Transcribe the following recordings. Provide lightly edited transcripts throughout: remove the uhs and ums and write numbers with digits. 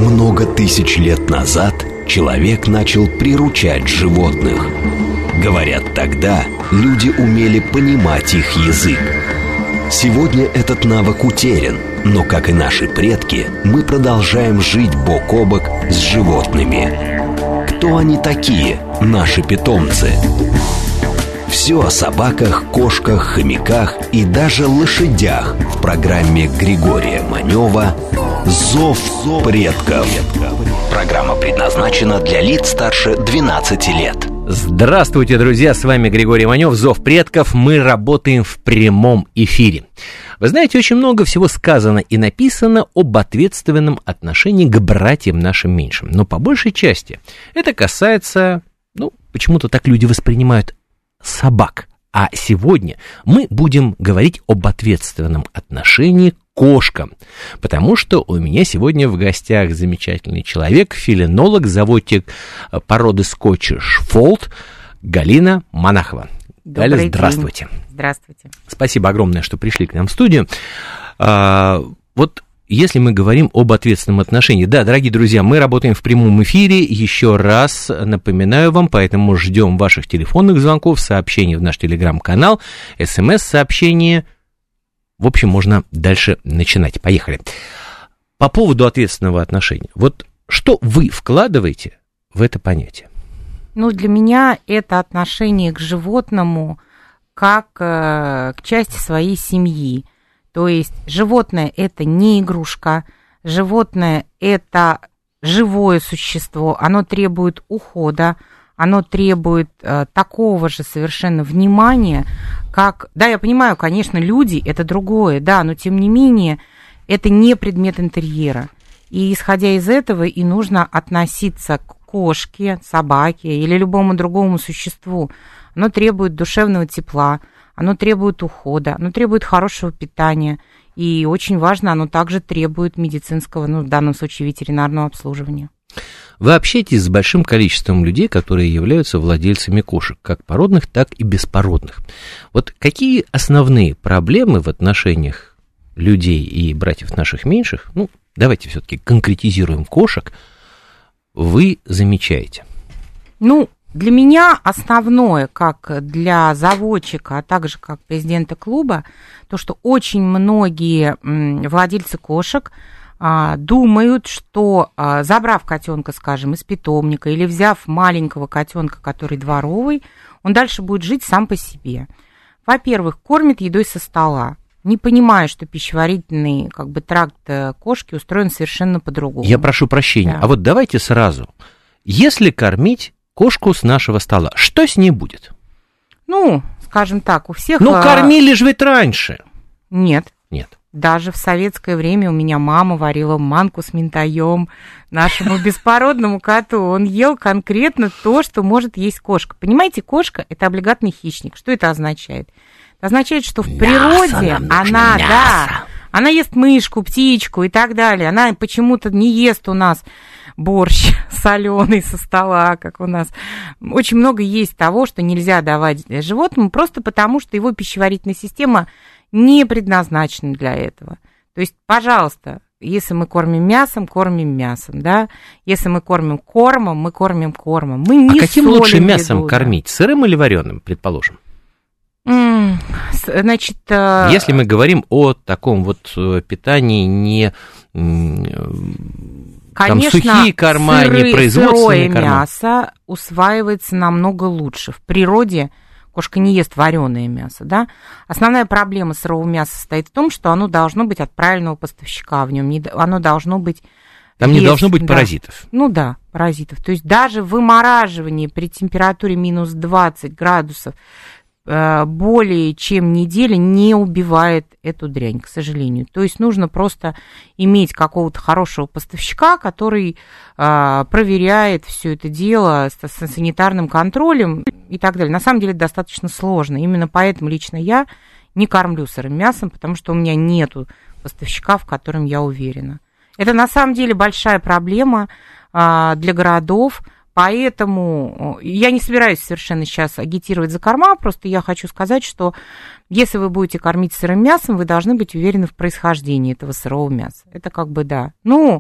Много тысяч лет назад человек начал приручать животных. Говорят, тогда люди умели понимать их язык. Сегодня этот навык утерян, но, как и наши предки, мы продолжаем жить бок о бок с животными. Кто они такие, наши питомцы? Все о собаках, кошках, хомяках и даже лошадях в программе Григория Манева «Зов предков». Программа предназначена для лиц старше 12 лет. Здравствуйте, друзья, с вами Григорий Манев, «Зов предков». Мы работаем в прямом эфире. Вы знаете, очень много всего сказано и написано об ответственном отношении к братьям нашим меньшим. Но по большей части это касается, почему-то так люди воспринимают собак. А сегодня мы будем говорить об ответственном отношении к кошкам, потому что у меня сегодня в гостях замечательный человек, фелинолог, заводчик породы скотч-фолд Галина Монахова. Галя, здравствуйте. Здравствуйте. Спасибо огромное, что пришли к нам в студию. Вот если мы говорим об ответственном отношении, да, дорогие друзья, мы работаем в прямом эфире, еще раз напоминаю вам, поэтому ждем ваших телефонных звонков, сообщений в наш телеграм-канал, смс-сообщения. В общем, можно дальше начинать. Поехали. По поводу ответственного отношения. Вот что вы вкладываете в это понятие? Для меня это отношение к животному как к части своей семьи. То есть животное – это не игрушка, животное – это живое существо, оно требует ухода, оно требует такого же совершенно внимания, как... Да, я понимаю, конечно, люди – это другое, да, но тем не менее это не предмет интерьера. И исходя из этого и нужно относиться к кошке, собаке или любому другому существу. Оно требует душевного тепла, оно требует ухода, оно требует хорошего питания. И очень важно, оно также требует медицинского, в данном случае ветеринарного обслуживания. Вы общаетесь с большим количеством людей, которые являются владельцами кошек, как породных, так и беспородных. Вот какие основные проблемы в отношениях людей и братьев наших меньших, давайте все-таки конкретизируем кошек, вы замечаете? Для меня основное, как для заводчика, а также как президента клуба, то, что очень многие владельцы кошек думают, что забрав котенка, скажем, из питомника или взяв маленького котенка, который дворовый, он дальше будет жить сам по себе. Во-первых, кормит едой со стола, не понимая, что пищеварительный тракт кошки устроен совершенно по-другому. Я прошу прощения, да. А вот давайте сразу. Если кормить кошку с нашего стола, что с ней будет? Скажем так, у всех... кормили же ведь раньше. Нет. Нет. Даже в советское время у меня мама варила манку с минтаем нашему беспородному коту. Он ел конкретно то, что может есть кошка. Понимаете, кошка – это облигатный хищник. Что это означает? Это означает, что в природе она ест мышку, птичку и так далее. Она почему-то не ест у нас борщ соленый со стола, как у нас. Очень много есть того, что нельзя давать животному, просто потому что его пищеварительная система не предназначена для этого. То есть, пожалуйста, если мы кормим мясом, да? Если мы кормим кормом, мы кормим кормом. Мы не каким лучше мясом еду, кормить? Сырым или вареным, предположим? Значит... Если мы говорим о таком питании не... Конечно, сухие корма, не производственные корма. Сырое мясо усваивается намного лучше. В природе кошка не ест вареное мясо, да? Основная проблема сырого мяса состоит в том, что оно должно быть от правильного поставщика, оно должно быть... Там не должно быть паразитов. Паразитов. То есть даже вымораживание при температуре минус 20 градусов более чем неделя не убивает эту дрянь, к сожалению. То есть нужно просто иметь какого-то хорошего поставщика, который проверяет все это дело с санитарным контролем и так далее. На самом деле это достаточно сложно. Именно поэтому лично я не кормлю сырым мясом, потому что у меня нету поставщика, в котором я уверена. Это на самом деле большая проблема для городов. Поэтому я не собираюсь совершенно сейчас агитировать за корма, просто я хочу сказать, что если вы будете кормить сырым мясом, вы должны быть уверены в происхождении этого сырого мяса. Это да.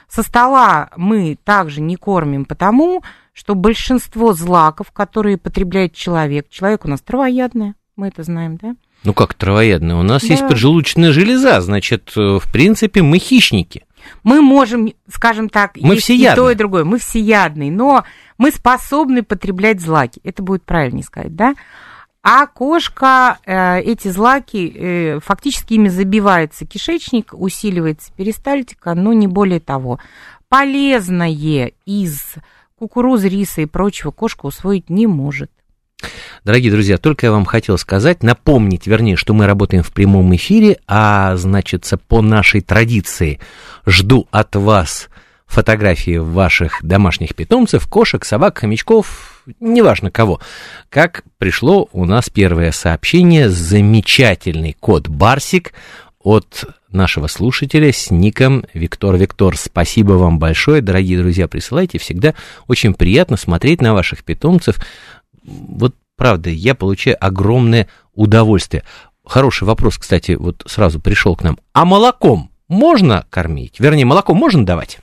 Со стола мы также не кормим, потому что большинство злаков, которые потребляет человек у нас травоядное, мы это знаем, да? Ну как травоядное? У нас есть поджелудочная железа, значит, в принципе, мы хищники. Мы можем, скажем так, мы есть всеядны. И то, и другое. Мы всеядные, но мы способны потреблять злаки. Это будет правильнее сказать, да? А кошка, эти злаки, фактически ими забивается кишечник, усиливается перистальтика, но не более того. Полезное из кукурузы, риса и прочего кошка усвоить не может. Дорогие друзья, только я вам хотел сказать, напомнить, вернее, что мы работаем в прямом эфире, а значит, по нашей традиции жду от вас фотографии ваших домашних питомцев, кошек, собак, хомячков, неважно кого. Как пришло у нас первое сообщение, замечательный кот Барсик от нашего слушателя с ником Виктор. Спасибо вам большое, дорогие друзья, присылайте, всегда очень приятно смотреть на ваших питомцев. Вот правда, я получаю огромное удовольствие. Хороший вопрос, кстати, вот сразу пришел к нам. А молоком можно кормить? Вернее, молоко можно давать?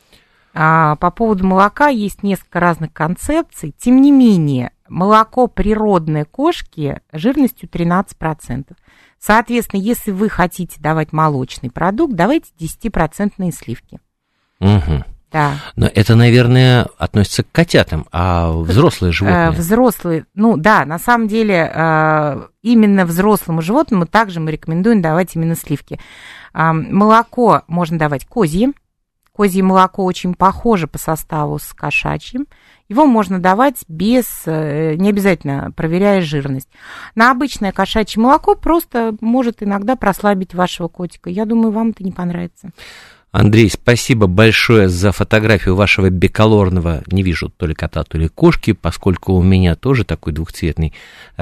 По поводу молока есть несколько разных концепций. Тем не менее, молоко природной кошки жирностью 13%. Соответственно, если вы хотите давать молочный продукт, давайте 10% сливки. Угу. Да. Но это, наверное, относится к котятам, а взрослые животные? Взрослые, ну да, на самом деле именно взрослому животному также мы рекомендуем давать именно сливки. Молоко можно давать козье. Козье молоко очень похоже по составу с кошачьим. Его можно давать не обязательно проверяя жирность. На обычное кошачье молоко просто может иногда прослабить вашего котика. Я думаю, вам это не понравится. Андрей, спасибо большое за фотографию вашего биколорного, не вижу, то ли кота, то ли кошки, поскольку у меня тоже такой двухцветный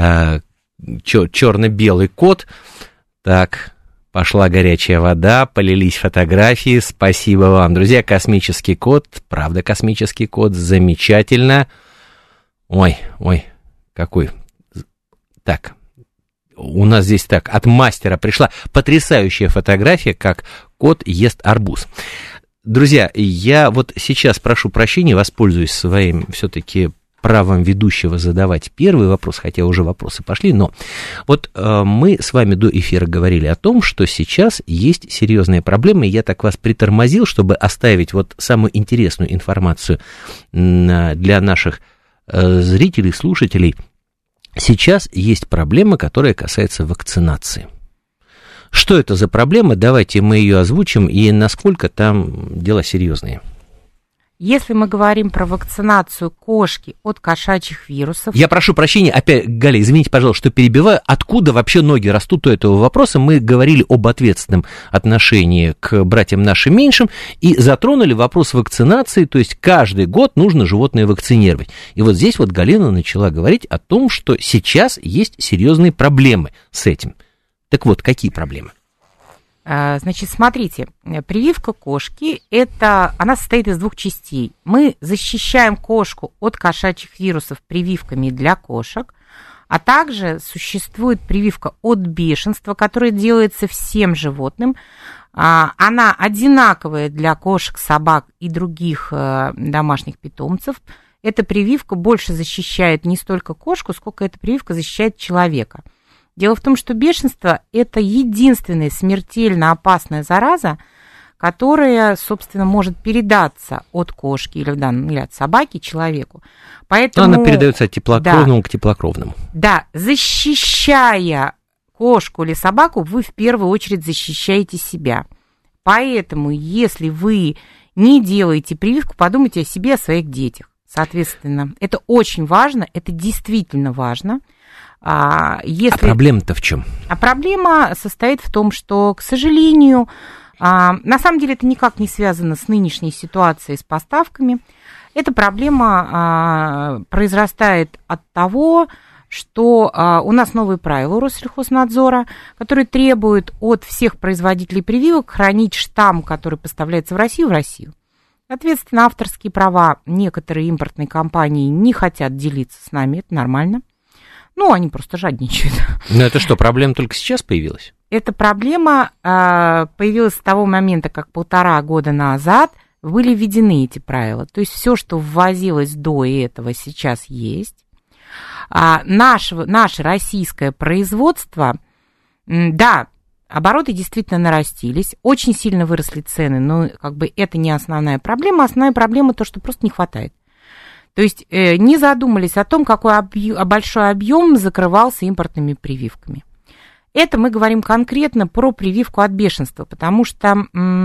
черно-белый кот. Так, пошла горячая вода, полились фотографии, спасибо вам. Друзья, космический кот, правда космический кот, замечательно. Ой, какой. Так, у нас здесь так, от мастера пришла потрясающая фотография, как кот ест арбуз. Друзья, я вот сейчас прошу прощения, воспользуюсь своим все-таки правом ведущего задавать первый вопрос, хотя уже вопросы пошли, но вот мы с вами до эфира говорили о том, что сейчас есть серьезные проблемы, я так вас притормозил, чтобы оставить вот самую интересную информацию для наших зрителей, слушателей. Сейчас есть проблема, которая касается вакцинации. Что это за проблема? Давайте мы ее озвучим, и насколько там дела серьезные. Если мы говорим про вакцинацию кошки от кошачьих вирусов... Я прошу прощения, опять, Галя, извините, пожалуйста, что перебиваю. Откуда вообще ноги растут у этого вопроса? Мы говорили об ответственном отношении к братьям нашим меньшим и затронули вопрос вакцинации, то есть каждый год нужно животное вакцинировать. И вот здесь вот Галина начала говорить о том, что сейчас есть серьезные проблемы с этим. Так вот, какие проблемы? Значит, смотрите, прививка кошки, она состоит из двух частей. Мы защищаем кошку от кошачьих вирусов прививками для кошек, а также существует прививка от бешенства, которая делается всем животным. Она одинаковая для кошек, собак и других домашних питомцев. Эта прививка больше защищает не столько кошку, сколько эта прививка защищает человека. Дело в том, что бешенство – это единственная смертельно опасная зараза, которая, собственно, может передаться от кошки или от собаки человеку. Поэтому, она передается от теплокровному к теплокровному. Да, защищая кошку или собаку, вы в первую очередь защищаете себя. Поэтому, если вы не делаете прививку, подумайте о себе, о своих детях. Соответственно, это очень важно, это действительно важно. А проблема-то в чем? А проблема состоит в том, что, к сожалению, на самом деле это никак не связано с нынешней ситуацией с поставками. Эта проблема произрастает от того, что у нас новые правила у Россельхознадзора, которые требуют от всех производителей прививок хранить штамм, который поставляется в Россию. Соответственно, авторские права некоторые импортные компании не хотят делиться с нами, это нормально. Ну, они просто жадничают. Но это что, проблема только сейчас появилась? Эта проблема появилась с того момента, как 1,5 года назад были введены эти правила. То есть все, что ввозилось до этого, сейчас есть. А наше российское производство, да, обороты действительно нарастились, очень сильно выросли цены, но как бы это не основная проблема. Основная проблема то, что просто не хватает. То есть не задумались о том, какой большой объем закрывался импортными прививками. Это мы говорим конкретно про прививку от бешенства, потому что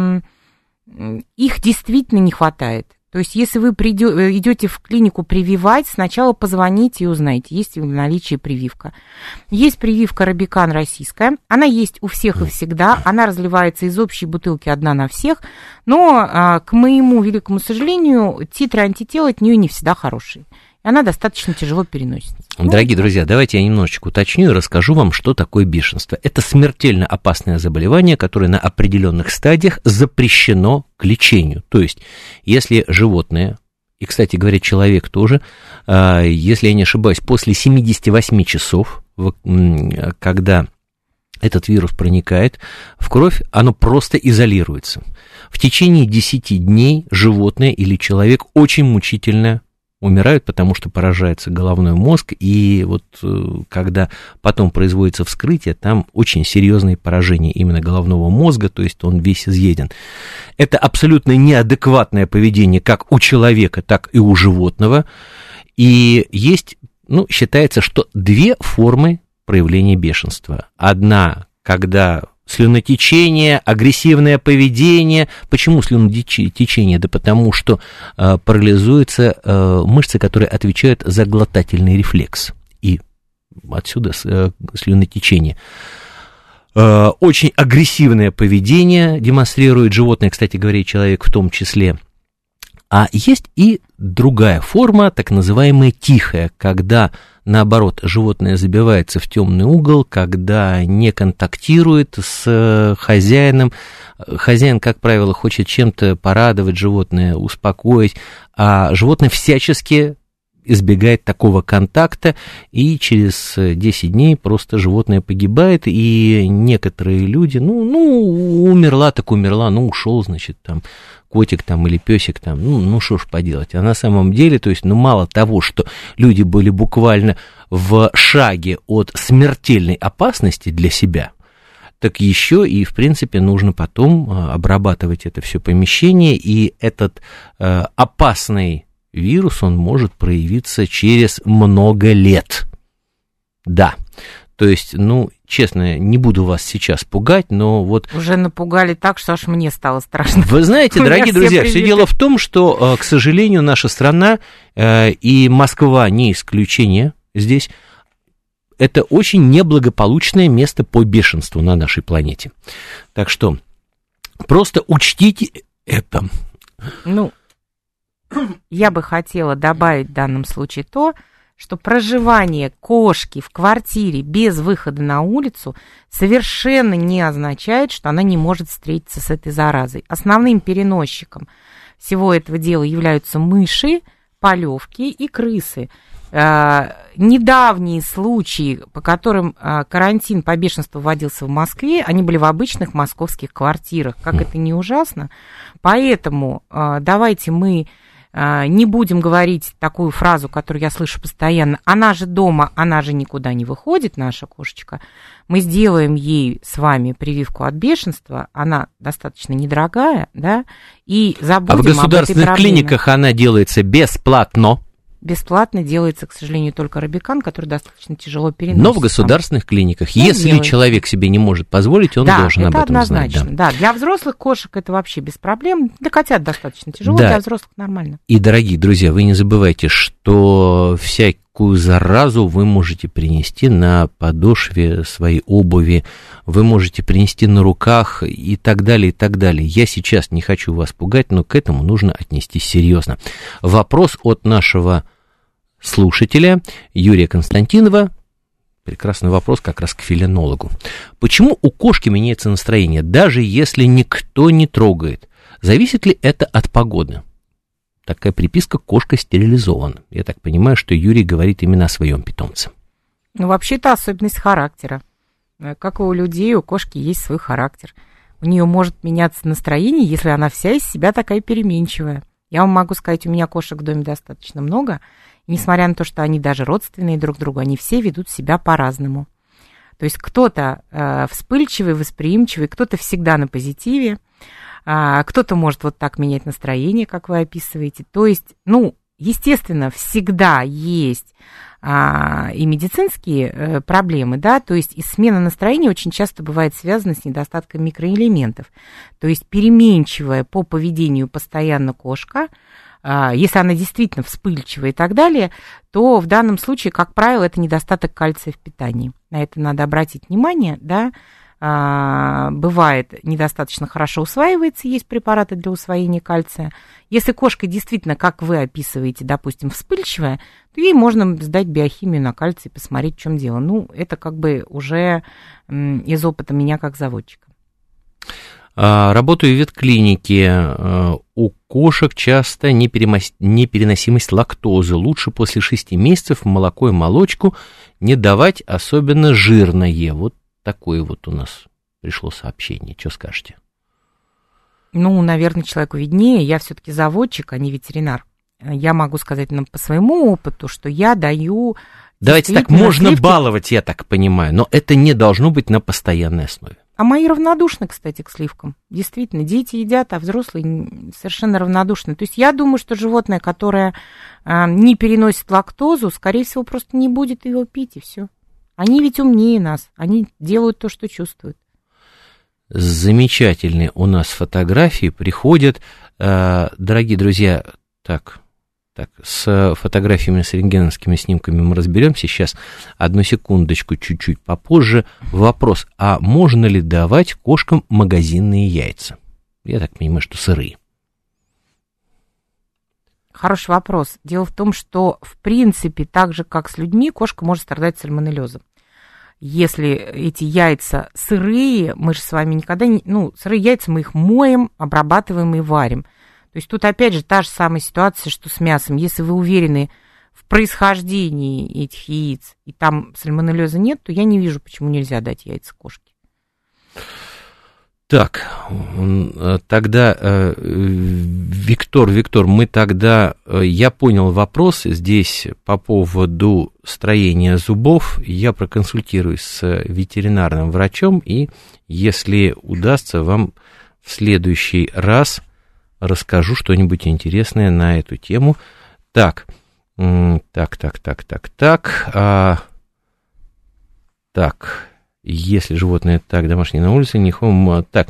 их действительно не хватает. То есть если вы идете в клинику прививать, сначала позвоните и узнайте, есть ли в наличии прививка. Есть прививка Робикан российская, она есть у всех и всегда, она разливается из общей бутылки одна на всех, но, к моему великому сожалению, титры антител от нее не всегда хорошие. Она достаточно тяжело переносится. Дорогие друзья, давайте я немножечко уточню и расскажу вам, что такое бешенство. Это смертельно опасное заболевание, которое на определенных стадиях запрещено к лечению. То есть, если животное, и, кстати говоря, человек тоже, если я не ошибаюсь, после 78 часов, когда этот вирус проникает в кровь, оно просто изолируется. В течение 10 дней животное или человек очень мучительно умирают, потому что поражается головной мозг, и вот когда потом производится вскрытие, там очень серьезные поражения именно головного мозга, то есть он весь изъеден. Это абсолютно неадекватное поведение как у человека, так и у животного, и есть, считается, что 2 формы проявления бешенства. Одна, когда слюнотечение, агрессивное поведение. Почему слюнотечение? Да потому что парализуются мышцы, которые отвечают за глотательный рефлекс. И отсюда слюнотечение. Очень агрессивное поведение демонстрирует животное, кстати говоря, и человек в том числе. А есть и другая форма, так называемая тихая, когда, наоборот, животное забивается в темный угол, когда не контактирует с хозяином. Хозяин, как правило, хочет чем-то порадовать животное, успокоить, а животное всячески избегает такого контакта, и через 10 дней просто животное погибает, и некоторые люди, умерла так умерла, ушел, значит, там, котик там или песик там, что ж поделать. А на самом деле, то есть, мало того, что люди были буквально в шаге от смертельной опасности для себя, так еще и, в принципе, нужно потом обрабатывать это все помещение, и этот опасный вирус, он может проявиться через много лет. Да, то есть, честно, не буду вас сейчас пугать, но вот... Уже напугали так, что аж мне стало страшно. Вы знаете, дорогие друзья, все дело в том, что, к сожалению, наша страна и Москва не исключение здесь, это очень неблагополучное место по бешенству на нашей планете. Так что просто учтите это. Я бы хотела добавить в данном случае то, что проживание кошки в квартире без выхода на улицу совершенно не означает, что она не может встретиться с этой заразой. Основным переносчиком всего этого дела являются мыши, полевки и крысы. Недавние случаи, по которым карантин по бешенству вводился в Москве, они были в обычных московских квартирах. Как это не ужасно? Поэтому давайте мы не будем говорить такую фразу, которую я слышу постоянно: она же дома, она же никуда не выходит, наша кошечка. Мы сделаем ей с вами прививку от бешенства, она достаточно недорогая, да, и забудем об этой проблеме. А в государственных клиниках она делается бесплатно. Бесплатно делается, к сожалению, только Робикан, который достаточно тяжело переносится. Но в государственных клиниках, если человек себе не может позволить, он должен об этом знать. Да, для взрослых кошек это вообще без проблем. Для котят достаточно тяжело, для взрослых нормально. И, дорогие друзья, вы не забывайте, что всякую заразу вы можете принести на подошве своей обуви, вы можете принести на руках и так далее, и так далее. Я сейчас не хочу вас пугать, но к этому нужно отнестись серьезно. Вопрос от нашего слушателя Юрия Константинова. Прекрасный вопрос как раз к фелинологу. Почему у кошки меняется настроение, даже если никто не трогает? Зависит ли это от погоды? Такая приписка: кошка стерилизована. Я так понимаю, что Юрий говорит именно о своем питомце. Вообще-то особенность характера. Как и у людей, у кошки есть свой характер. у нее может меняться настроение, если она вся из себя такая переменчивая. Я вам могу сказать, у меня кошек в доме достаточно много, и несмотря на то, что они даже родственные друг другу, они все ведут себя по-разному. То есть кто-то вспыльчивый, восприимчивый, кто-то всегда на позитиве, кто-то может вот так менять настроение, как вы описываете. То есть, естественно, всегда есть и медицинские проблемы, да, то есть и смена настроения очень часто бывает связана с недостатком микроэлементов. То есть переменчивая по поведению постоянно кошка, если она действительно вспыльчивая и так далее, то в данном случае, как правило, это недостаток кальция в питании. На это надо обратить внимание, да. Бывает, недостаточно хорошо усваивается, есть препараты для усвоения кальция. Если кошка действительно, как вы описываете, допустим, вспыльчивая, то ей можно сдать биохимию на кальций и посмотреть, в чем дело. Это как бы уже из опыта меня как заводчика. Работаю в ветклинике. У кошек часто непереносимость лактозы. Лучше после 6 месяцев молоко и молочку не давать, особенно жирное. Вот такое вот у нас пришло сообщение. Что скажете? Наверное, человеку виднее. Я все-таки заводчик, а не ветеринар. Я могу сказать по своему опыту, что я даю... Давайте так, можно баловать, я так понимаю, но это не должно быть на постоянной основе. А мои равнодушны, кстати, к сливкам. Действительно, дети едят, а взрослые совершенно равнодушны. То есть я думаю, что животное, которое не переносит лактозу, скорее всего, просто не будет ее пить, и все. Они ведь умнее нас, они делают то, что чувствуют. Замечательные у нас фотографии приходят. Дорогие друзья, так, с фотографиями, с рентгеновскими снимками мы разберемся. Сейчас, одну секундочку, чуть-чуть попозже. Вопрос, а можно ли давать кошкам магазинные яйца? Я так понимаю, что сырые. Хороший вопрос. Дело в том, что, в принципе, так же, как с людьми, кошка может страдать сальмонеллезом. Если эти яйца сырые, мы же с вами никогда не... сырые яйца мы их моем, обрабатываем и варим. То есть тут, опять же, та же самая ситуация, что с мясом. Если вы уверены в происхождении этих яиц, и там сальмонеллеза нет, то я не вижу, почему нельзя дать яйца кошке. Так, тогда, Виктор, мы тогда, я понял вопрос здесь по поводу строения зубов, я проконсультируюсь с ветеринарным врачом, и если удастся, вам в следующий раз расскажу что-нибудь интересное на эту тему. Так. Если животное так, домашнее на улице, так,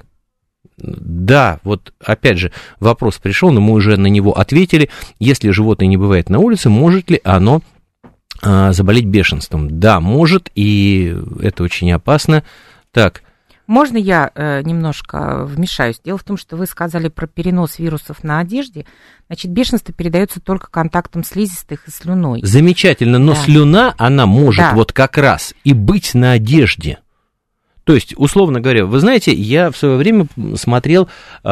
да, вот опять же вопрос пришел, но мы уже на него ответили. Если животное не бывает на улице, может ли оно заболеть бешенством? Да, может, и это очень опасно. Так. Можно я немножко вмешаюсь? Дело в том, что вы сказали про перенос вирусов на одежде. Значит, бешенство передается только контактом слизистых и слюной. Замечательно, но да. Слюна, она может вот как раз и быть на одежде. То есть, условно говоря, вы знаете, я в свое время смотрел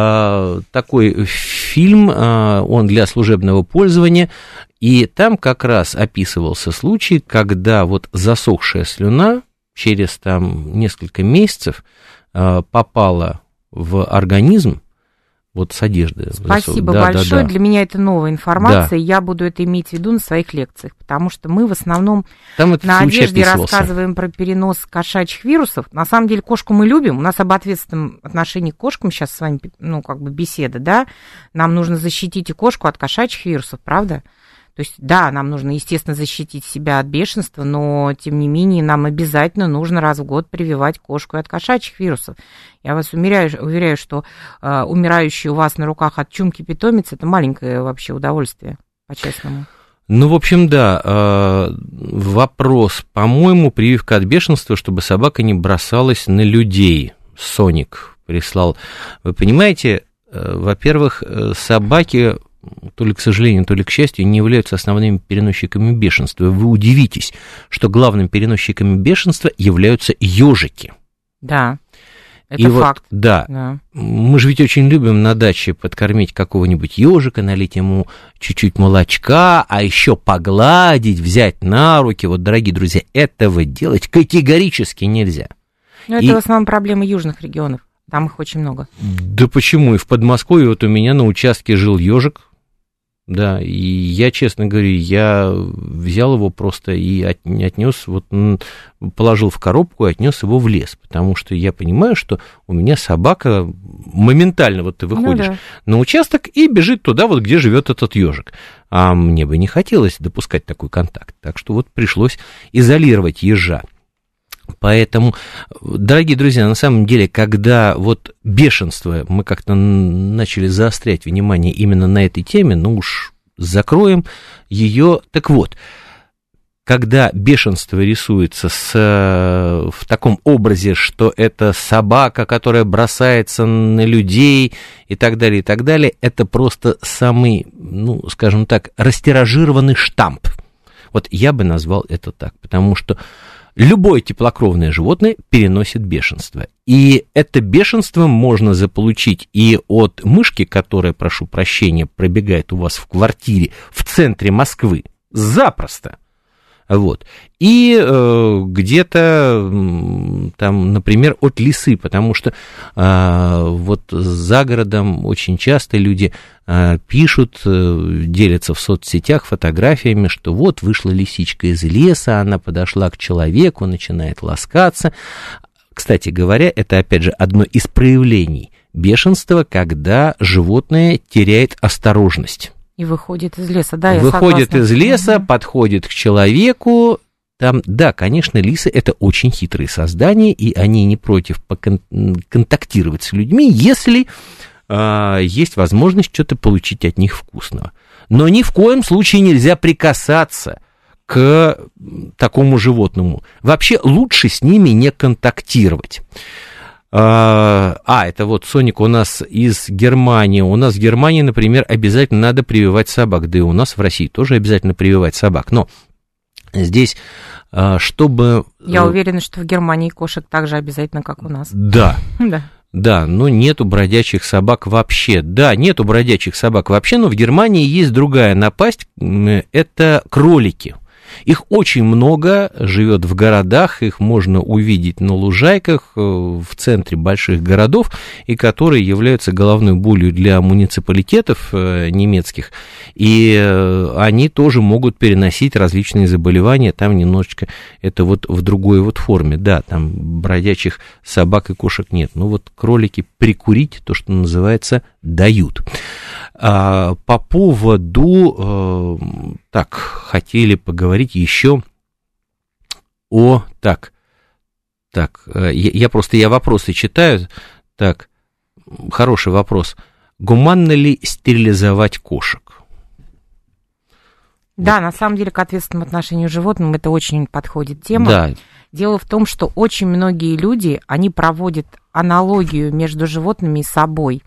такой фильм, он для служебного пользования, и там как раз описывался случай, когда вот засохшая слюна через там несколько месяцев попала в организм, вот с одежды. Спасибо большое. Да. Для меня это новая информация. Да. Я буду это иметь в виду на своих лекциях, потому что мы в основном на одежде рассказываем про перенос кошачьих вирусов. На самом деле кошку мы любим. У нас об ответственном отношении к кошкам сейчас с вами, беседа, да. Нам нужно защитить и кошку от кошачьих вирусов, правда? То есть, да, нам нужно, естественно, защитить себя от бешенства, но, тем не менее, нам обязательно нужно раз в год прививать кошку от кошачьих вирусов. Я вас уверяю, что умирающий у вас на руках от чумки питомец – это маленькое вообще удовольствие, по-честному. В общем, да, вопрос, по-моему, прививка от бешенства, чтобы собака не бросалась на людей. Соник прислал. Вы понимаете, во-первых, собаки... то ли к сожалению, то ли к счастью, не являются основными переносчиками бешенства. Вы удивитесь, что главными переносчиками бешенства являются ежики. Да, это факт. Да, мы же ведь очень любим на даче подкормить какого-нибудь ежика, налить ему чуть-чуть молочка, а еще погладить, взять на руки. Вот, дорогие друзья, этого делать категорически нельзя. Но это в основном проблема южных регионов. Там их очень много. Да почему? И в Подмосковье вот у меня на участке жил ежик. Да, и я, честно говоря, я взял его просто и отнес, вот положил в коробку и отнес его в лес, потому что я понимаю, что у меня собака моментально, вот ты выходишь на участок и бежит туда, вот где живет этот ежик. А мне бы не хотелось допускать такой контакт, так что вот пришлось изолировать ежа. Поэтому, дорогие друзья, на самом деле, когда вот бешенство, мы как-то начали заострять внимание именно на этой теме, ну уж закроем ее. Так вот, когда бешенство рисуется в таком образе, что это собака, которая бросается на людей и так далее, это просто самый, ну, скажем так, растиражированный штамп. Вот я бы назвал это так, потому что любое теплокровное животное переносит бешенство. И это бешенство можно заполучить и от мышки, которая, прошу прощения, пробегает у вас в квартире в центре Москвы. Запросто. Вот. И где-то там, например, от лисы, потому что вот за городом очень часто люди пишут, делятся в соцсетях фотографиями, что вот вышла лисичка из леса, она подошла к человеку, начинает ласкаться. Кстати говоря, это опять же одно из проявлений бешенства, когда животное теряет осторожность. И выходит из леса, да, я выходит согласна. из леса, подходит к человеку. Там, да, конечно, лисы — это очень хитрые создания, и они не против контактировать с людьми, если есть возможность что-то получить от них вкусного. Но ни в коем случае нельзя прикасаться к такому животному. Вообще лучше с ними не контактировать. Это вот Соник у нас из Германии. У нас в Германии, например, обязательно надо прививать собак. Да и у нас в России тоже обязательно прививать собак. Но здесь, чтобы... Я уверена, что в Германии кошек так же обязательно, как у нас. Да. Да, но нету бродячих собак вообще. Да, нету бродячих собак вообще, но в Германии есть другая напасть. Это кролики. Их очень много, живет в городах, их можно увидеть на лужайках в центре больших городов, и которые являются головной болью для муниципалитетов немецких, и они тоже могут переносить различные заболевания, там немножечко это вот в другой вот форме, да, там бродячих собак и кошек нет, но вот кролики прикурить, то, что называется, дают. По поводу, так, хотели поговорить еще о, я вопросы читаю, так, хороший вопрос, гуманно ли стерилизовать кошек? Да, на самом деле к ответственному отношению к животным это очень подходит тема. Да. Дело в том, что очень многие люди, они проводят аналогию между животными и собой.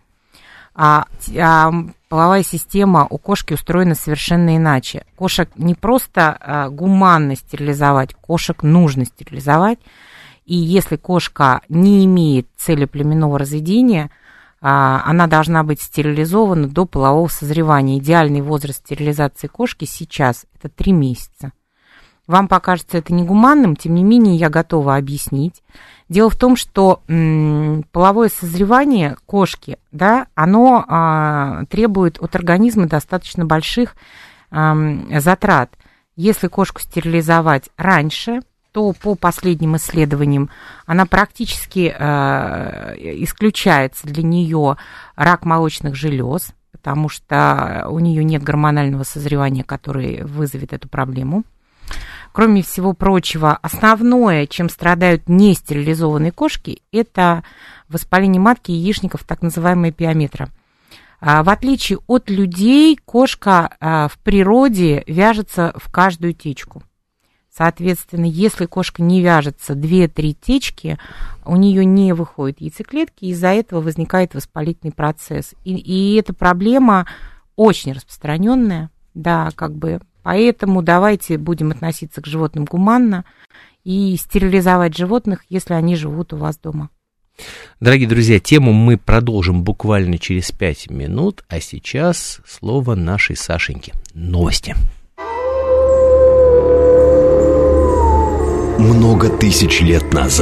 Половая система у кошки устроена совершенно иначе. Кошек не просто гуманно стерилизовать, кошек нужно стерилизовать. И если кошка не имеет цели племенного разведения, она должна быть стерилизована до полового созревания. Идеальный возраст стерилизации кошки сейчас – это 3 месяца. Вам покажется это негуманным, тем не менее я готова объяснить. Дело в том, что половое созревание кошки, да, оно требует от организма достаточно больших затрат. Если кошку стерилизовать раньше, то по последним исследованиям она практически исключается для нее рак молочных желез, потому что у нее нет гормонального созревания, которое вызовет эту проблему. Кроме всего прочего, основное, чем страдают нестерилизованные кошки, это воспаление матки и яичников, так называемая пиометра. В отличие от людей, кошка в природе вяжется в каждую течку. Соответственно, если кошка не вяжется 2-3 течки, у нее не выходят яйцеклетки, из-за этого возникает воспалительный процесс. И эта проблема очень распространенная, да, как бы. Поэтому давайте будем относиться к животным гуманно и стерилизовать животных, если они живут у вас дома. Дорогие друзья, тему мы продолжим буквально через 5 минут, а сейчас слово нашей Сашеньке. Новости. Много тысяч лет назад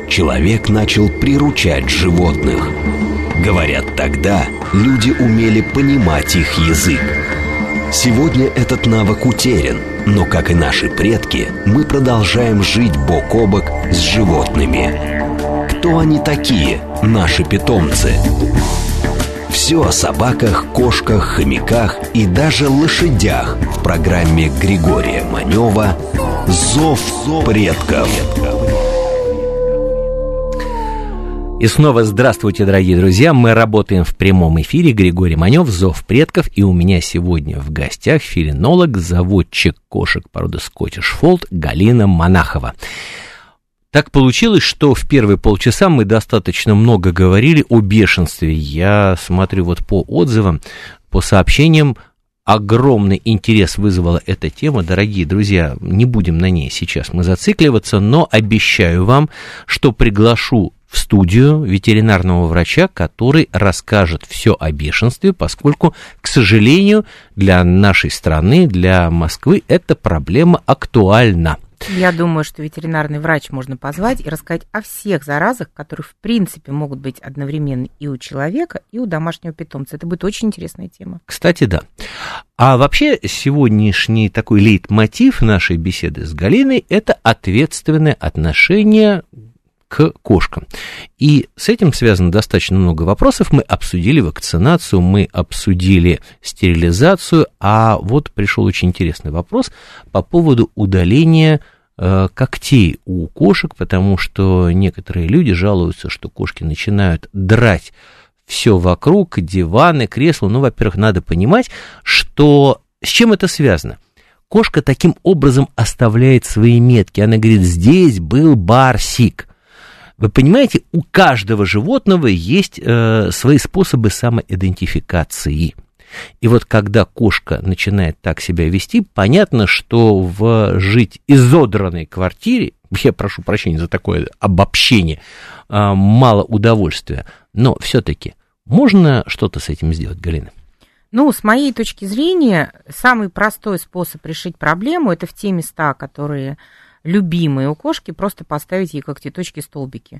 человек начал приручать животных. Говорят, тогда люди умели понимать их язык. Сегодня этот навык утерян, но, как и наши предки, мы продолжаем жить бок о бок с животными. Кто они такие, наши питомцы? Все о собаках, кошках, хомяках и даже лошадях в программе Григория Манева «Зов предков». И снова здравствуйте, дорогие друзья. Мы работаем в прямом эфире. Григорий Манев, «Зов предков». И у меня сегодня в гостях фелинолог, заводчик кошек породы Scottish Fold Галина Монахова. Так получилось, что в первые полчаса мы достаточно много говорили о бешенстве. Я смотрю вот по отзывам, по сообщениям, огромный интерес вызвала эта тема. Дорогие друзья, не будем на ней сейчас мы зацикливаться, но обещаю вам, что приглашу в студию ветеринарного врача, который расскажет все о бешенстве, поскольку, к сожалению, для нашей страны, для Москвы, эта проблема актуальна. Я думаю, что ветеринарный врач можно позвать и рассказать о всех заразах, которые, в принципе, могут быть одновременно и у человека, и у домашнего питомца. Это будет очень интересная тема. Кстати, да. А вообще, сегодняшний такой лейтмотив нашей беседы с Галиной – это ответственное отношение к кошкам. И с этим связано достаточно много вопросов. Мы обсудили вакцинацию, мы обсудили стерилизацию, а вот пришел очень интересный вопрос по поводу удаления когтей у кошек, потому что некоторые люди жалуются, что кошки начинают драть все вокруг, диваны, кресла. Ну, во-первых, надо понимать, что с чем это связано. Кошка таким образом оставляет свои метки. Она говорит, здесь был барсик. Вы понимаете, у каждого животного есть свои способы самоидентификации. И вот когда кошка начинает так себя вести, понятно, что в жить изодранной квартире, я прошу прощения за такое обобщение, мало удовольствия, но все-таки можно что-то с этим сделать, Галина? Ну, с моей точки зрения, самый простой способ решить проблему – это в те места, которые любимые у кошки, просто поставить ей когтеточки-столбики.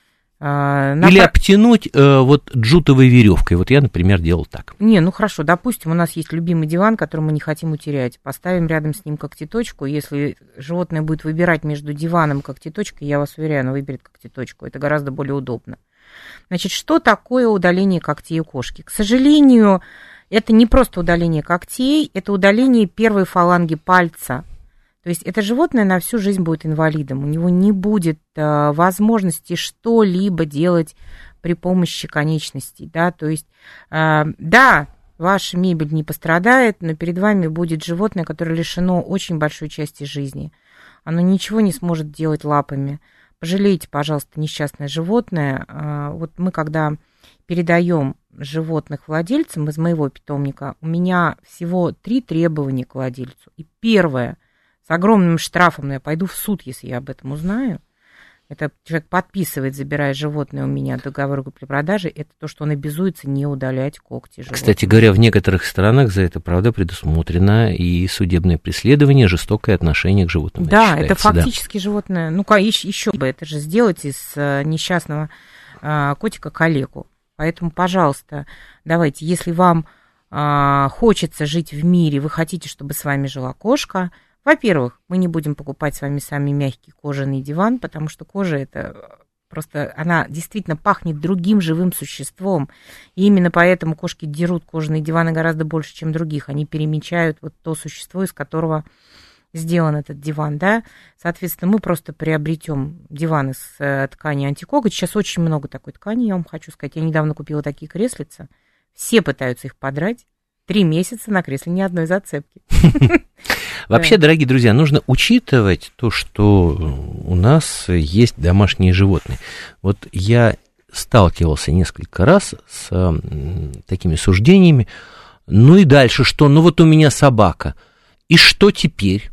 Или обтянуть вот джутовой веревкой. Вот я, например, делал так. Не, ну хорошо, допустим, у нас есть любимый диван, который мы не хотим утерять. Поставим рядом с ним когтеточку. Если животное будет выбирать между диваном и когтеточкой, я вас уверяю, оно выберет когтеточку. Это гораздо более удобно. Значит, что такое удаление когтей у кошки? К сожалению, это не просто удаление когтей, это удаление первой фаланги пальца. То есть это животное на всю жизнь будет инвалидом, у него не будет возможности что-либо делать при помощи конечностей, да, то есть, да, ваша мебель не пострадает, но перед вами будет животное, которое лишено очень большой части жизни, оно ничего не сможет делать лапами. Пожалейте, пожалуйста, несчастное животное. Вот мы, когда передаем животных владельцам из моего питомника, у меня всего 3 требования к владельцу. И первое, с огромным штрафом, но я пойду в суд, если я об этом узнаю. Это человек подписывает, забирая животное у меня договор купли-продажи, это то, что он обязуется не удалять когти животных. Кстати говоря, в некоторых странах за это, правда, предусмотрено и судебное преследование, жестокое отношение к животным. Да, это фактически животное, ну, еще бы, это же сделать из несчастного котика калеку. Поэтому, пожалуйста, давайте, если вам хочется жить в мире, вы хотите, чтобы с вами жила кошка, во-первых, мы не будем покупать с вами самый мягкий кожаный диван, потому что кожа это просто, она действительно пахнет другим живым существом. И именно поэтому кошки дерут кожаные диваны гораздо больше, чем других. Они перемечают вот то существо, из которого сделан этот диван, да. Соответственно, мы просто приобретем диван из ткани антикоготь. Сейчас очень много такой ткани, я вам хочу сказать. Я недавно купила такие креслица. Все пытаются их подрать. 3 месяца на кресле ни одной зацепки. Вообще, дорогие друзья, нужно учитывать то, что у нас есть домашние животные. Вот я сталкивался несколько раз с такими суждениями. Ну и дальше что? Ну вот у меня собака. И что теперь?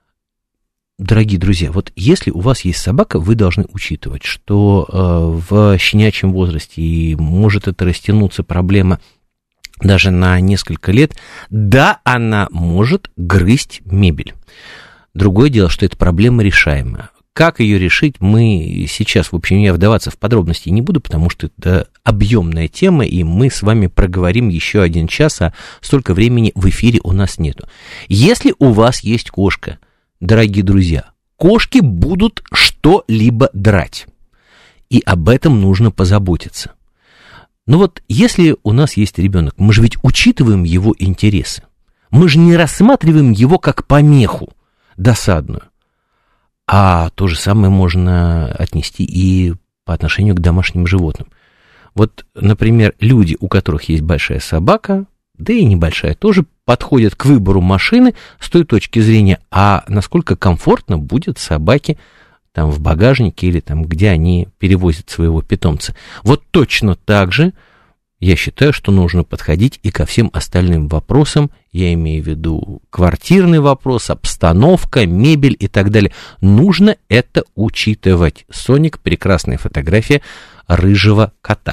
Дорогие друзья, вот если у вас есть собака, вы должны учитывать, что в щенячьем возрасте, и может это растянуться проблема даже на несколько лет, да, она может грызть мебель. Другое дело, что эта проблема решаемая. как ее решить, мы сейчас, в общем, я вдаваться в подробности не буду, потому что это объемная тема, и мы с вами проговорим еще 1 час, а столько времени в эфире у нас нету. Если у вас есть кошка, дорогие друзья, кошки будут что-либо драть, и об этом нужно позаботиться. Но вот если у нас есть ребенок, мы же ведь учитываем его интересы. Мы же не рассматриваем его как помеху досадную. А то же самое можно отнести и по отношению к домашним животным. Вот, например, люди, у которых есть большая собака, да и небольшая, тоже подходят к выбору машины с той точки зрения, а насколько комфортно будет собаке там в багажнике или там, где они перевозят своего питомца. Вот точно так же я считаю, что нужно подходить и ко всем остальным вопросам, я имею в виду квартирный вопрос, обстановка, мебель и так далее. Нужно это учитывать. Соник, прекрасная фотография рыжего кота.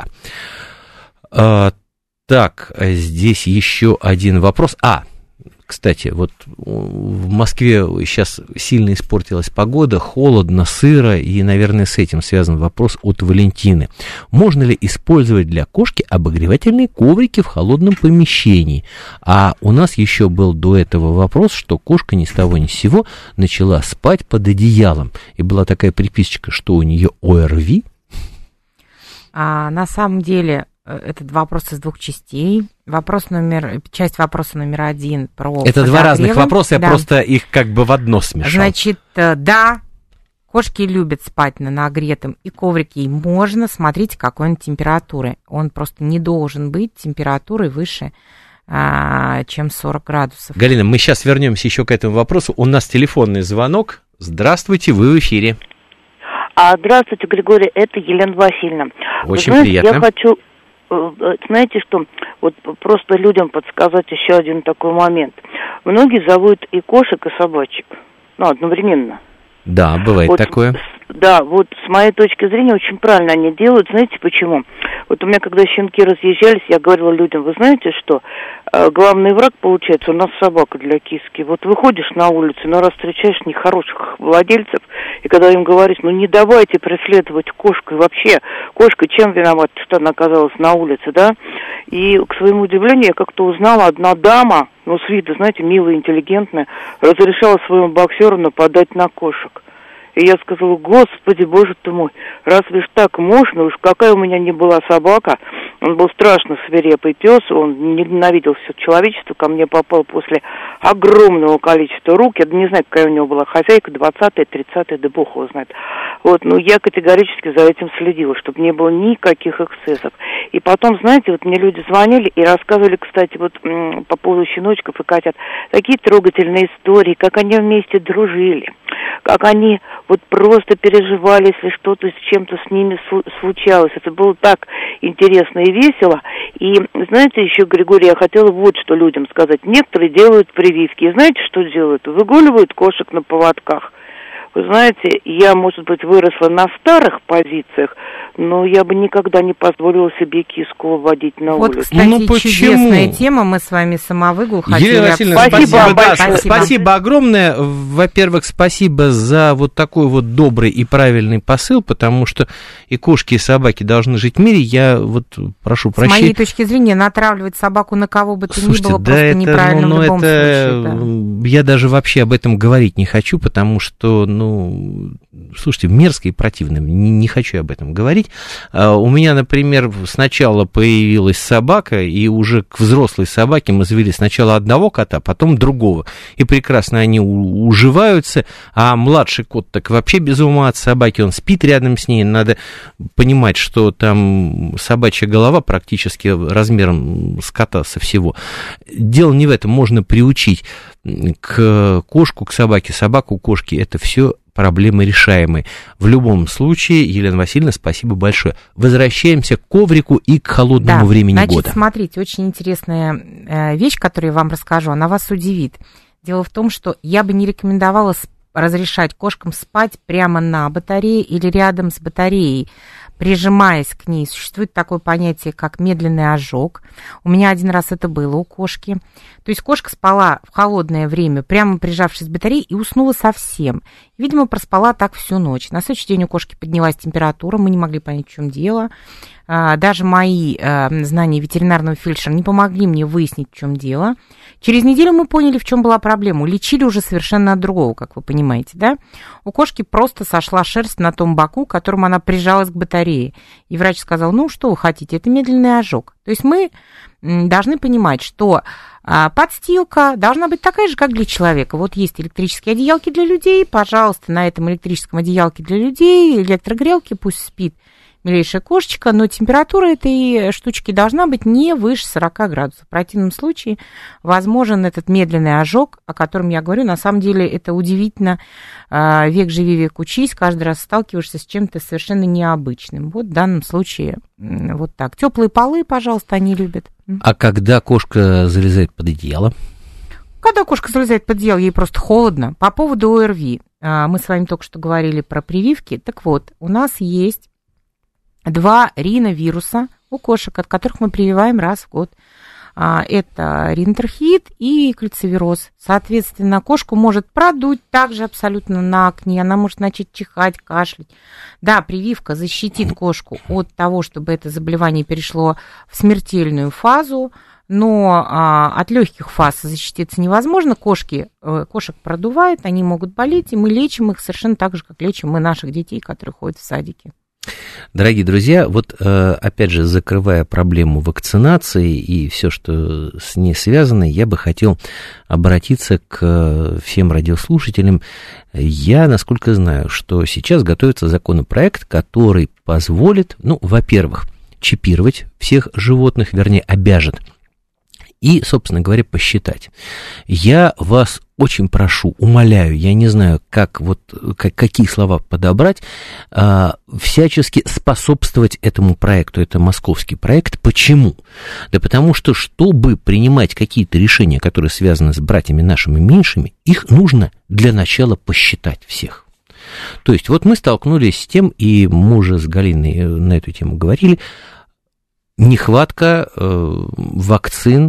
Так, здесь еще один вопрос. Кстати, вот в Москве сейчас сильно испортилась погода, холодно, сыро, и, наверное, с этим связан вопрос от Валентины. Можно ли использовать для кошки обогревательные коврики в холодном помещении? А у нас еще был до этого вопрос, что кошка ни с того ни с сего начала спать под одеялом. И была такая приписочка, что у нее ОРВИ. На самом деле... Это вопрос из 2 частей. Часть вопроса номер 1 про это подогревы. 2 разных вопроса, я просто их как бы в одно смешал. Значит, да, кошки любят спать на нагретом, и коврик ей можно. Смотрите, какой он температуры. Он просто не должен быть температурой выше, чем 40 градусов. Галина, мы сейчас вернемся еще к этому вопросу. У нас телефонный звонок. Здравствуйте, вы в эфире. Здравствуйте, Григорий, это Елена Васильевна. Очень приятно. Я хочу... Знаете что, вот просто людям подсказать еще один такой момент. Многие зовут и кошек, и собачек, одновременно. Да, бывает такое. Да, вот с моей точки зрения очень правильно они делают. Знаете почему? Вот у меня, когда щенки разъезжались, я говорила людям, вы знаете что, главный враг, получается, у нас собака для киски. Вот выходишь на улицу, раз встречаешь нехороших владельцев, и когда им говоришь, не давайте преследовать кошку, и вообще, кошка чем виновата, что она оказалась на улице, да? И, к своему удивлению, я как-то узнала, одна дама, с виду, знаете, милая, интеллигентная, разрешала своему боксеру нападать на кошек. И я сказала, господи, боже ты мой, разве ж так можно, уж какая у меня не была собака, он был страшно свирепый пес, он ненавидел все человечество, ко мне попал после огромного количества рук, я не знаю, какая у него была хозяйка, 20-я, 30-я, да бог его знает. Я категорически за этим следила, чтобы не было никаких эксцессов. И потом, знаете, мне люди звонили и рассказывали, кстати, по поводу щеночков и котят, такие трогательные истории, как они вместе дружили, как они просто переживали, если что-то с чем-то с ними случалось. Это было так интересно и весело. И, знаете, еще, Григорий, я хотела вот что людям сказать. Некоторые делают прививки. И знаете, что делают? Выгуливают кошек на поводках. Вы знаете, я, может быть, выросла на старых позициях, но я бы никогда не позволила себе киску выводить на улицу. Кстати, чудесная тема, мы с вами самовыгул хотели. Елена Васильевна, спасибо огромное. Во-первых, спасибо за такой добрый и правильный посыл, потому что и кошки, и собаки должны жить в мире. Я прошу прощения. С моей точки зрения, натравливать собаку на кого бы то ни было просто неправильно в любом случае. Да. Я даже вообще об этом говорить не хочу, потому что, слушайте, мерзко и противно. Не хочу об этом говорить. У меня, например, сначала появилась собака, и уже к взрослой собаке мы завели сначала одного кота, потом другого. И прекрасно они уживаются, а младший кот так вообще без ума от собаки, он спит рядом с ней. Надо понимать, что там собачья голова практически размером с кота со всего. Дело не в этом, можно приучить к кошку, к собаке, собаку, кошке. Это все проблемы решаемые. В любом случае, Елена Васильевна, спасибо большое. Возвращаемся к коврику и к холодному времени года. Смотрите, очень интересная вещь, которую я вам расскажу, она вас удивит. Дело в том, что я бы не рекомендовала разрешать кошкам спать прямо на батарее или рядом с батареей, прижимаясь к ней. Существует такое понятие, как медленный ожог. У меня один раз это было у кошки. То есть кошка спала в холодное время, прямо прижавшись к батарее, и уснула совсем. Видимо, проспала так всю ночь. На следующий день у кошки поднялась температура, мы не могли понять, в чем дело. Даже мои знания ветеринарного фельдшера не помогли мне выяснить, в чем дело. Через неделю мы поняли, в чем была проблема. Лечили уже совершенно от другого, как вы понимаете, да? У кошки просто сошла шерсть на том боку, к которому она прижалась к батарее. И врач сказал, ну, что вы хотите, это медленный ожог. То есть мы должны понимать, что подстилка должна быть такая же, как для человека. Вот есть электрические одеялки для людей, пожалуйста, на этом электрическом одеялке для людей, электрогрелки, пусть спит милейшая кошечка, но температура этой штучки должна быть не выше 40 градусов. В противном случае возможен этот медленный ожог, о котором я говорю. На самом деле это удивительно. Век живи, век учись. Каждый раз сталкиваешься с чем-то совершенно необычным. Вот в данном случае вот так. Теплые полы, пожалуйста, они любят. А когда кошка залезает под одеяло? Когда кошка залезает под одеяло, ей просто холодно. По поводу ОРВИ. Мы с вами только что говорили про прививки. Так вот, у нас есть 2 риновируса у кошек, от которых мы прививаем раз в год. Это ринотрахеид и кальцивироз. Соответственно, кошку может продуть также абсолютно на акне, она может начать чихать, кашлять. Да, прививка защитит кошку от того, чтобы это заболевание перешло в смертельную фазу, но от легких фаз защититься невозможно. Кошек продувает, они могут болеть, и мы лечим их совершенно так же, как лечим мы наших детей, которые ходят в садики. Дорогие друзья, вот опять же, закрывая проблему вакцинации и все, что с ней связано, я бы хотел обратиться к всем радиослушателям. Я, насколько знаю, что сейчас готовится законопроект, который позволит, ну, во-первых, чипировать всех животных, вернее, обяжет, и, собственно говоря, посчитать. Я вас очень прошу, умоляю, я не знаю, какие слова подобрать, всячески способствовать этому проекту. Это московский проект. Почему? Да потому что, чтобы принимать какие-то решения, которые связаны с братьями нашими меньшими, их нужно для начала посчитать всех. То есть вот мы столкнулись с тем, и мы уже с Галиной на эту тему говорили, нехватка вакцин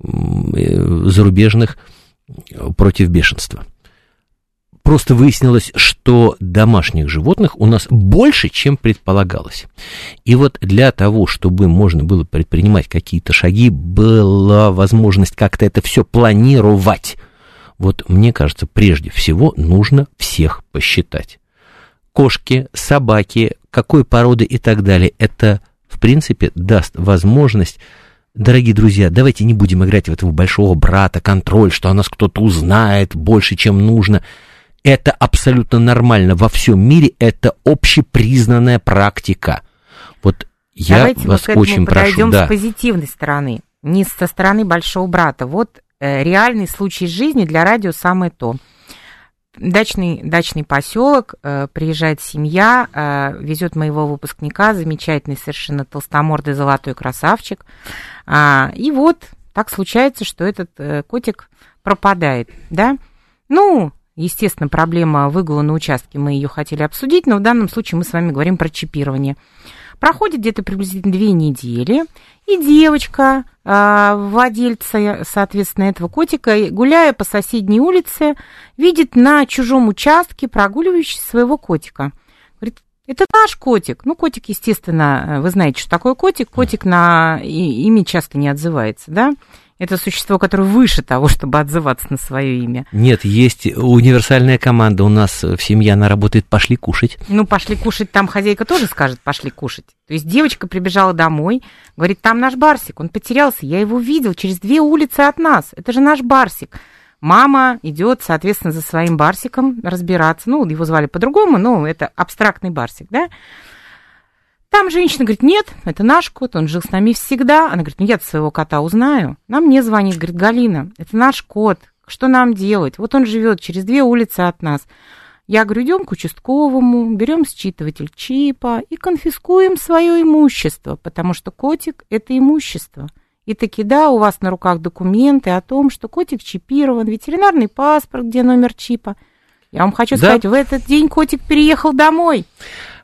зарубежных против бешенства. Просто выяснилось, что домашних животных у нас больше, чем предполагалось. И вот для того, чтобы можно было предпринимать какие-то шаги, была возможность как-то это все планировать. Вот мне кажется, прежде всего нужно всех посчитать. Кошки, собаки, какой породы и так далее. Это, в принципе, даст возможность. Дорогие друзья, давайте не будем играть в этого большого брата, контроль, что о нас кто-то узнает больше, чем нужно. Это абсолютно нормально. Во всем мире это общепризнанная практика. Вот я давайте вас вот очень прошу. Подойдем с позитивной стороны, не со стороны большого брата. Вот реальный случай жизни для радио самое то. Дачный поселок, приезжает семья, везет моего выпускника, замечательный совершенно толстомордый золотой красавчик. И вот так случается, что этот котик пропадает, да. Ну, естественно, проблема выгула на участке, мы ее хотели обсудить, но в данном случае мы с вами говорим про чипирование. Проходит где-то приблизительно 2 недели, и девочка, владельца, соответственно, этого котика, гуляя по соседней улице, видит на чужом участке прогуливающего своего котика. Говорит, это наш котик. Ну, котик, естественно, вы знаете, что такое котик. Котик на имя часто не отзывается, да? Это существо, которое выше того, чтобы отзываться на свое имя. Нет, есть универсальная команда. У нас в семье она работает «пошли кушать». Ну, «пошли кушать», там хозяйка тоже скажет «пошли кушать». То есть девочка прибежала домой, говорит, там наш Барсик, он потерялся, я его видел через 2 улицы от нас, это же наш Барсик. Мама идет, соответственно, за своим Барсиком разбираться. Ну, его звали по-другому, но это абстрактный Барсик, да? Там женщина говорит, нет, это наш кот, он жил с нами всегда. Она говорит, ну я-то своего кота узнаю. Она мне звонит, говорит, Галина, это наш кот, что нам делать? Вот он живет через 2 улицы от нас. Я говорю, идем к участковому, берем считыватель чипа и конфискуем свое имущество, потому что котик – это имущество. И таки, да, у вас на руках документы о том, что котик чипирован, ветеринарный паспорт, где номер чипа. Я вам хочу сказать, в этот день котик переехал домой.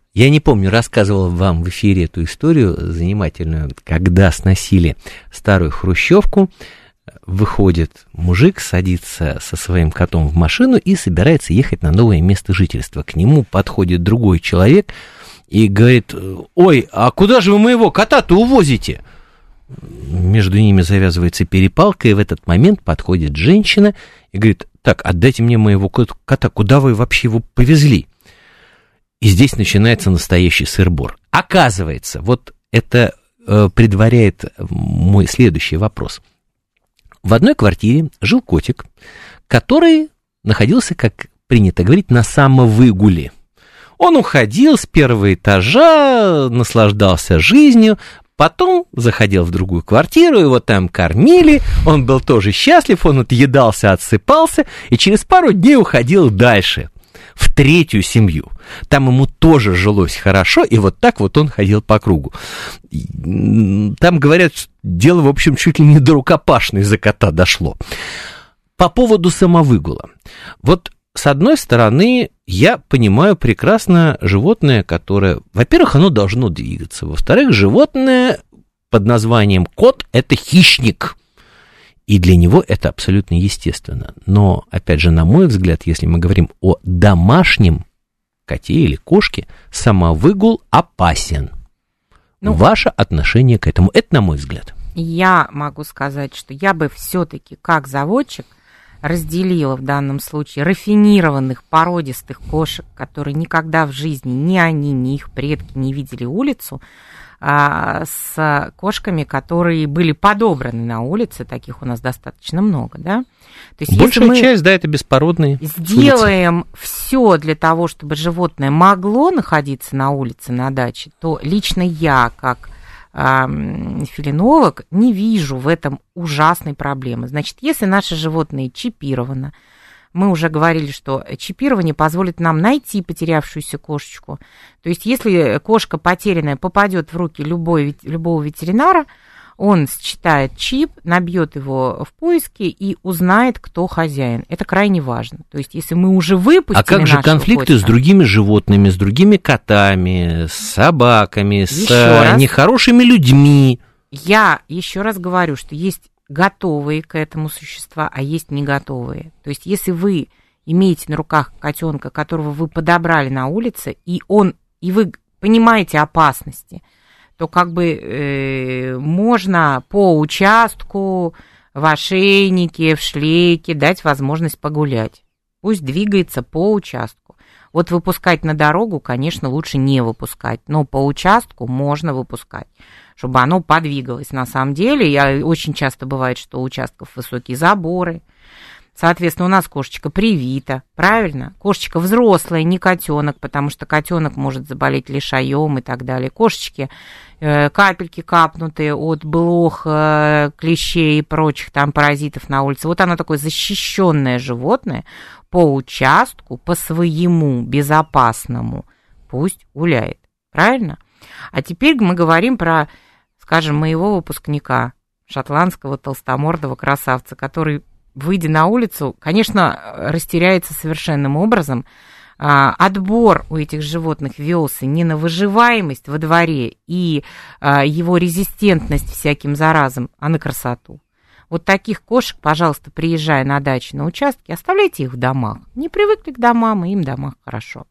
Я не помню, рассказывал вам в эфире эту историю занимательную, когда сносили старую хрущевку, выходит мужик, садится со своим котом в машину и собирается ехать на новое место жительства. К нему подходит другой человек и говорит: ой, а куда же вы моего кота-то увозите? Между ними завязывается перепалка, и в этот момент подходит женщина и говорит: так, отдайте мне моего кота, куда вы вообще его повезли? И здесь начинается настоящий сыр-бор. Оказывается, вот это предваряет мой следующий вопрос. В одной квартире жил котик, который находился, как принято говорить, на самовыгуле. Он уходил с первого этажа, наслаждался жизнью, потом заходил в другую квартиру, его там кормили, он был тоже счастлив, он отъедался, отсыпался, и через пару дней уходил дальше, в третью семью. Там ему тоже жилось хорошо, и вот так вот он ходил по кругу. Там, говорят, дело, в общем, чуть ли не до рукопашной за кота дошло. По поводу самовыгула. Вот, с одной стороны, я понимаю прекрасно животное, которое, во-первых, оно должно двигаться. Во-вторых, животное под названием кот – это хищник. И для него это абсолютно естественно. Но, опять же, на мой взгляд, если мы говорим о домашнем коте или кошке, самовыгул опасен. Ваше отношение к этому, это на мой взгляд. Я могу сказать, что я бы все-таки как заводчик разделила в данном случае рафинированных породистых кошек, которые никогда в жизни ни они, ни их предки не видели улицу, с кошками, которые были подобраны на улице, таких у нас достаточно много, да? То есть, большая часть, да, это беспородные. Сделаем все для того, чтобы животное могло находиться на улице, на даче, то лично я, как фелинолог, не вижу в этом ужасной проблемы. Значит, если наше животное чипировано, мы уже говорили, что чипирование позволит нам найти потерявшуюся кошечку. То есть, если кошка потерянная попадет в руки любого ветеринара, он считает чип, набьет его в поиске и узнает, кто хозяин. Это крайне важно. То есть, если мы уже выпустили... А как же конфликты с другими животными, с другими котами, с собаками, с нехорошими людьми? Я еще раз говорю, что есть готовые к этому существа, а есть не готовые. То есть, если вы имеете на руках котенка, которого вы подобрали на улице, и вы понимаете опасности, то как бы можно по участку, в ошейнике, в шлейке дать возможность погулять. Пусть двигается по участку. Вот выпускать на дорогу, конечно, лучше не выпускать, но по участку можно выпускать, чтобы оно подвигалось. На самом деле, очень часто бывает, что у участков высокие заборы. Соответственно, у нас кошечка привита, правильно? Кошечка взрослая, не котенок, потому что котенок может заболеть лишаем и так далее. Кошечки капельки капнутые от блох, клещей и прочих там паразитов на улице. Вот оно такое защищенное животное по участку, по своему безопасному. Пусть гуляет, правильно? А теперь мы говорим про, скажем, моего выпускника, шотландского толстомордого красавца, который, выйдя на улицу, конечно, растеряется совершенным образом. Отбор у этих животных велся не на выживаемость во дворе и его резистентность всяким заразам, а на красоту. Вот таких кошек, пожалуйста, приезжая на дачу, на участки, оставляйте их в домах. Не привыкли к домам, и им в домах хорошо.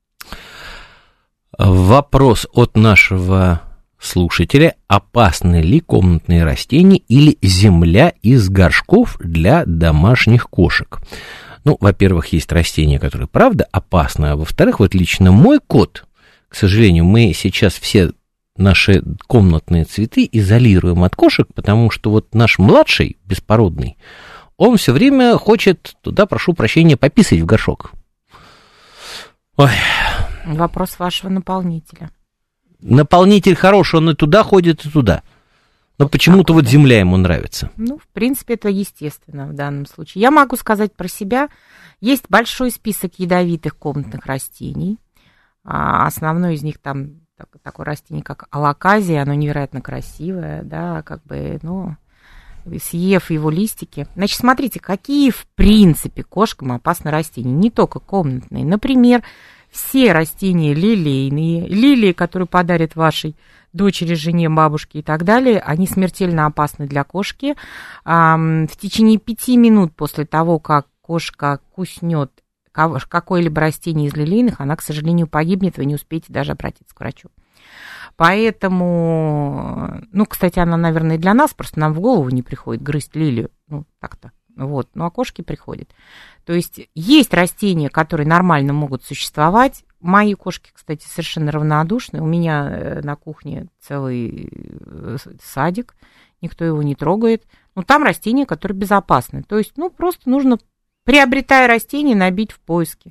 Вопрос от нашего слушателя: опасны ли комнатные растения или земля из горшков для домашних кошек? Ну, во-первых, есть растения, которые, правда, опасны, а во-вторых, вот лично мой кот, к сожалению, мы сейчас все наши комнатные цветы изолируем от кошек, потому что вот наш младший, беспородный, он все время хочет туда, прошу прощения, пописать в горшок. Ой. Вопрос вашего наполнителя. Наполнитель хороший, он и туда ходит, и туда. Но почему-то вот земля ему нравится. Ну, в принципе, это естественно в данном случае. Я могу сказать про себя. Есть большой список ядовитых комнатных растений. Основной из них там такое растение, как алаказия. Оно невероятно красивое, да, как бы, ну, съев его листики. Значит, смотрите, какие, в принципе, кошкам опасны растения. Не только комнатные. Например, все растения лилейные, лилии, которые подарят вашей дочери, жене, бабушке и так далее, они смертельно опасны для кошки. В течение 5 минут после того, как кошка куснет какое-либо растение из лилейных, она, к сожалению, погибнет, вы не успеете даже обратиться к врачу. Поэтому, кстати, она, наверное, и для нас, просто нам в голову не приходит грызть лилию, так-то. Вот, а кошки приходят. То есть есть растения, которые нормально могут существовать. Мои кошки, кстати, совершенно равнодушны. У меня на кухне целый садик, никто его не трогает. Там растения, которые безопасны. То есть, просто нужно, приобретая растение, набить в поиске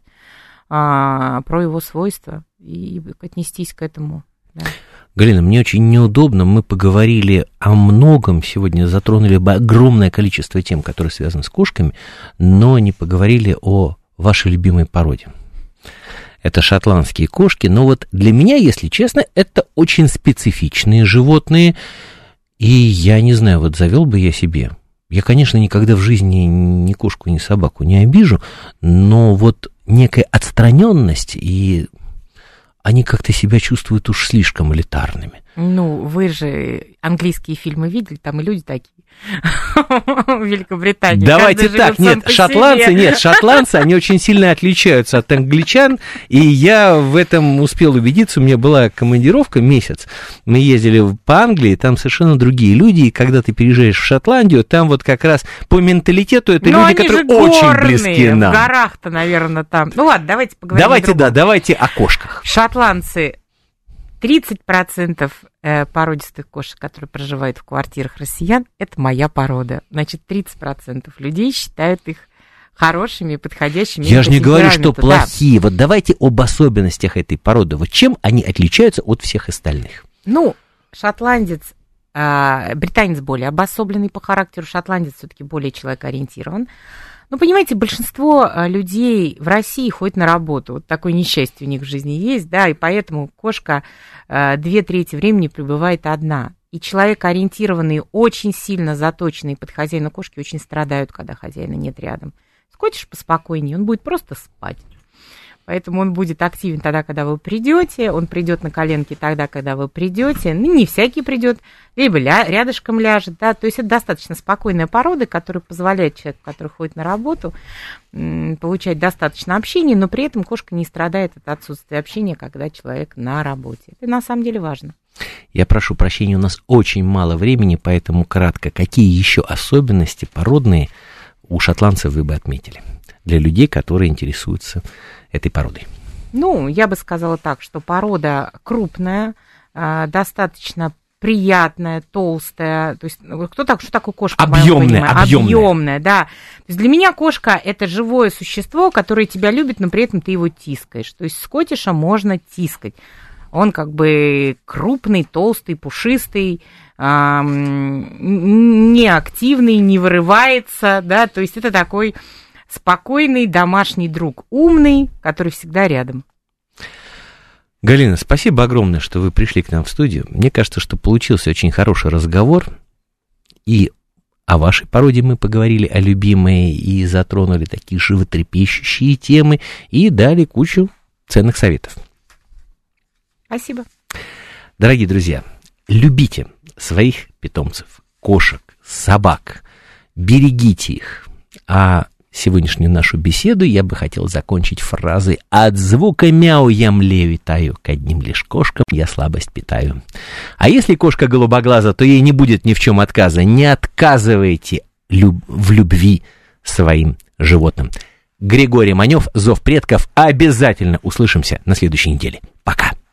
про его свойства и отнестись к этому. Да. Галина, мне очень неудобно, мы поговорили о многом, сегодня затронули огромное количество тем, которые связаны с кошками, но не поговорили о вашей любимой породе. Это шотландские кошки, но вот для меня, если честно, это очень специфичные животные, и я не знаю, вот завел бы я себе. Я, конечно, никогда в жизни ни кошку, ни собаку не обижу, но вот некая отстраненность и... они как-то себя чувствуют уж слишком элитарными. Вы же английские фильмы видели, там и люди такие. В Великобритании. Давайте так, шотландцы, они очень сильно отличаются от англичан, и я в этом успел убедиться, у меня была командировка месяц, мы ездили по Англии, там совершенно другие люди, и когда ты переезжаешь в Шотландию, там вот как раз по менталитету это люди, которые очень близки нам. В горах-то, наверное, там. Ладно, давайте поговорим. Давайте о кошках. Шотландцы. 30% породистых кошек, которые проживают в квартирах россиян, это моя порода. Значит, 30% людей считают их хорошими, подходящими. Я же не говорю, что плохие. Вот давайте об особенностях этой породы. Вот чем они отличаются от всех остальных? Шотландец, британец более обособленный по характеру, шотландец все-таки более человекоориентирован. Понимаете, большинство людей в России ходит на работу. Вот такое несчастье у них в жизни есть, да, и поэтому кошка 2/3 времени пребывает одна. И человекоориентированные, очень сильно заточенные под хозяина кошки очень страдают, когда хозяина нет рядом. Скотиш поспокойнее, он будет просто спать. Поэтому он будет активен тогда, когда вы придете, он придет на коленки тогда, когда вы придете. Не всякий придет, либо рядышком ляжет, да. То есть это достаточно спокойная порода, которая позволяет человеку, который ходит на работу, получать достаточно общения, но при этом кошка не страдает от отсутствия общения, когда человек на работе. Это на самом деле важно. Я прошу прощения, у нас очень мало времени, поэтому кратко. Какие еще особенности породные у шотландцев вы бы отметили для людей, которые интересуются этой породой? Я бы сказала так, что порода крупная, достаточно приятная, толстая. То есть, что такое кошка? Объемная, да. То есть для меня кошка – это живое существо, которое тебя любит, но при этом ты его тискаешь. То есть скотиша можно тискать. Он как бы крупный, толстый, пушистый, неактивный, не вырывается, да. То есть это такой спокойный домашний друг, умный, который всегда рядом. Галина, спасибо огромное, что вы пришли к нам в студию. Мне кажется, что получился очень хороший разговор. И о вашей породе мы поговорили, о любимой, и затронули такие животрепещущие темы, и дали кучу ценных советов. Спасибо. Дорогие друзья, любите своих питомцев, кошек, собак, берегите их. А сегодняшнюю нашу беседу я бы хотел закончить фразой: «От звука мяу я млею и таю, к одним лишь кошкам я слабость питаю». А если кошка голубоглаза, то ей не будет ни в чем отказа. Не отказывайте в любви своим животным. Григорий Манев, «Зов предков». Обязательно услышимся на следующей неделе. Пока.